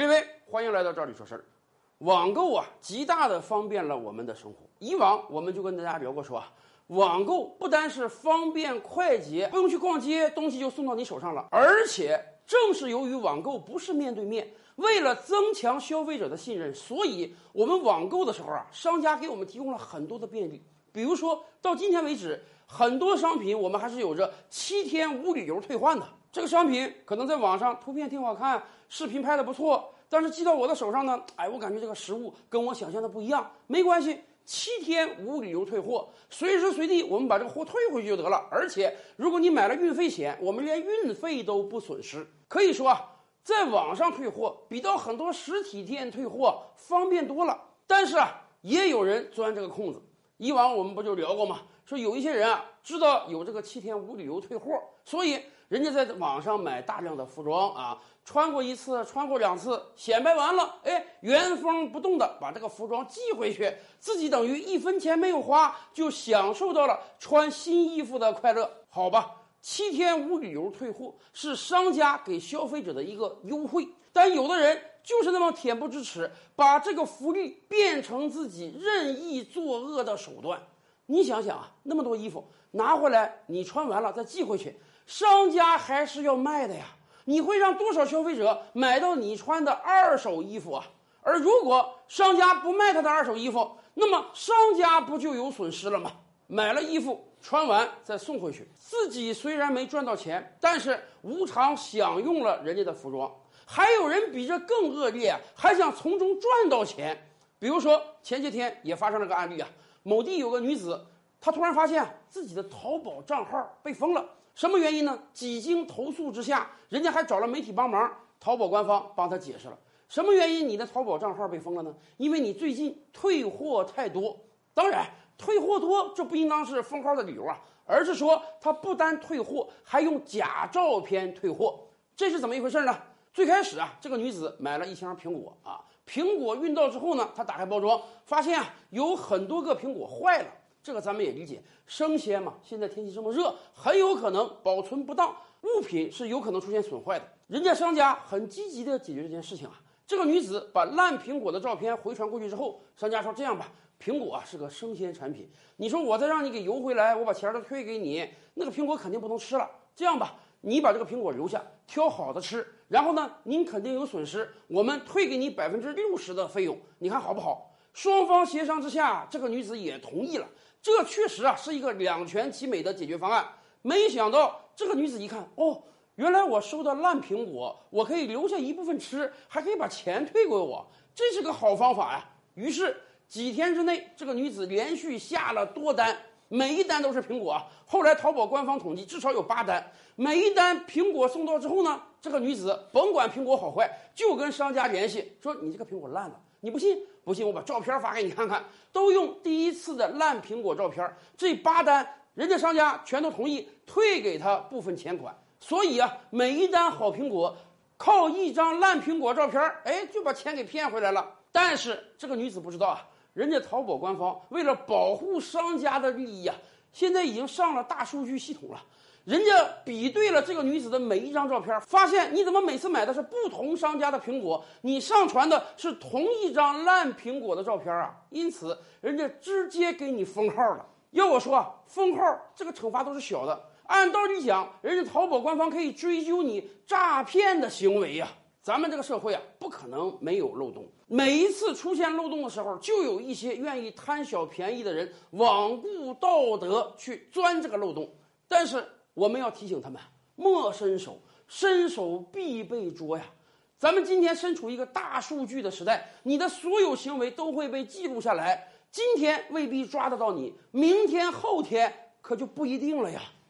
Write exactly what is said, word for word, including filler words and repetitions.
各位，欢迎来到这里说事儿。网购啊，极大的方便了我们的生活。以往我们就跟大家聊过说啊，网购不单是方便快捷，不用去逛街，东西就送到你手上了，而且正是由于网购不是面对面，为了增强消费者的信任，所以我们网购的时候啊，商家给我们提供了很多的便利。比如说到今天为止，很多商品我们还是有着七天无理由退换的。这个商品可能在网上图片挺好看，视频拍的不错，但是寄到我的手上呢，哎，我感觉这个实物跟我想象的不一样。没关系，七天无理由退货，随时随地我们把这个货退回去就得了。而且如果你买了运费险，我们连运费都不损失。可以说啊，在网上退货比到很多实体店退货方便多了。但是啊，也有人钻这个空子。以往我们不就聊过吗？说有一些人啊，知道有这个七天无理由退货，所以人家在网上买大量的服装啊，穿过一次，穿过两次，显摆完了，哎，原封不动的把这个服装寄回去，自己等于一分钱没有花，就享受到了穿新衣服的快乐。好吧，七天无理由退货是商家给消费者的一个优惠，但有的人就是那么恬不知耻，把这个福利变成自己任意作恶的手段。你想想啊，那么多衣服拿回来，你穿完了再寄回去，商家还是要卖的呀。你会让多少消费者买到你穿的二手衣服啊？而如果商家不卖他的二手衣服，那么商家不就有损失了吗？买了衣服穿完再送回去，自己虽然没赚到钱，但是无偿享用了人家的服装。还有人比这更恶劣啊，还想从中赚到钱。比如说前些天也发生了个案例啊，某地有个女子，她突然发现自己的淘宝账号被封了。什么原因呢？几经投诉之下，人家还找了媒体帮忙，淘宝官方帮她解释了什么原因你的淘宝账号被封了呢？因为你最近退货太多。当然退货多这不应当是封号的理由啊，而是说她不单退货，还用假照片退货。这是怎么一回事呢？最开始啊，这个女子买了一箱苹果啊，苹果运到之后呢，她打开包装，发现啊有很多个苹果坏了。这个咱们也理解，生鲜嘛，现在天气这么热，很有可能保存不当，物品是有可能出现损坏的。人家商家很积极的解决这件事情啊。这个女子把烂苹果的照片回传过去之后，商家说这样吧，苹果啊是个生鲜产品，你说我再让你给邮回来，我把钱都退给你，那个苹果肯定不能吃了。这样吧，你把这个苹果留下，挑好的吃，然后呢，您肯定有损失，我们退给你百分之六十的费用，你看好不好？双方协商之下，这个女子也同意了。这确实啊是一个两全其美的解决方案。没想到这个女子一看，哦，原来我收的烂苹果，我可以留下一部分吃，还可以把钱退给我，这是个好方法呀。于是几天之内，这个女子连续下了多单，每一单都是苹果啊。后来淘宝官方统计，至少有八单。每一单苹果送到之后呢，这个女子甭管苹果好坏，就跟商家联系，说你这个苹果烂了，你不信？不信我把照片发给你看看。都用第一次的烂苹果照片，这八单人家商家全都同意退给他部分钱款。所以啊，每一单好苹果靠一张烂苹果照片，哎，就把钱给骗回来了。但是这个女子不知道啊，人家淘宝官方为了保护商家的利益啊，现在已经上了大数据系统了。人家比对了这个女子的每一张照片，发现你怎么每次买的是不同商家的苹果，你上传的是同一张烂苹果的照片啊，因此人家直接给你封号了。要我说啊，封号这个惩罚都是小的，按道理讲，人家淘宝官方可以追究你诈骗的行为呀。咱们这个社会啊，不可能没有漏洞。每一次出现漏洞的时候，就有一些愿意贪小便宜的人罔顾道德去钻这个漏洞。但是我们要提醒他们，莫伸手，伸手必被捉呀。咱们今天身处一个大数据的时代，你的所有行为都会被记录下来。今天未必抓得到你，明天后天可就不一定了呀。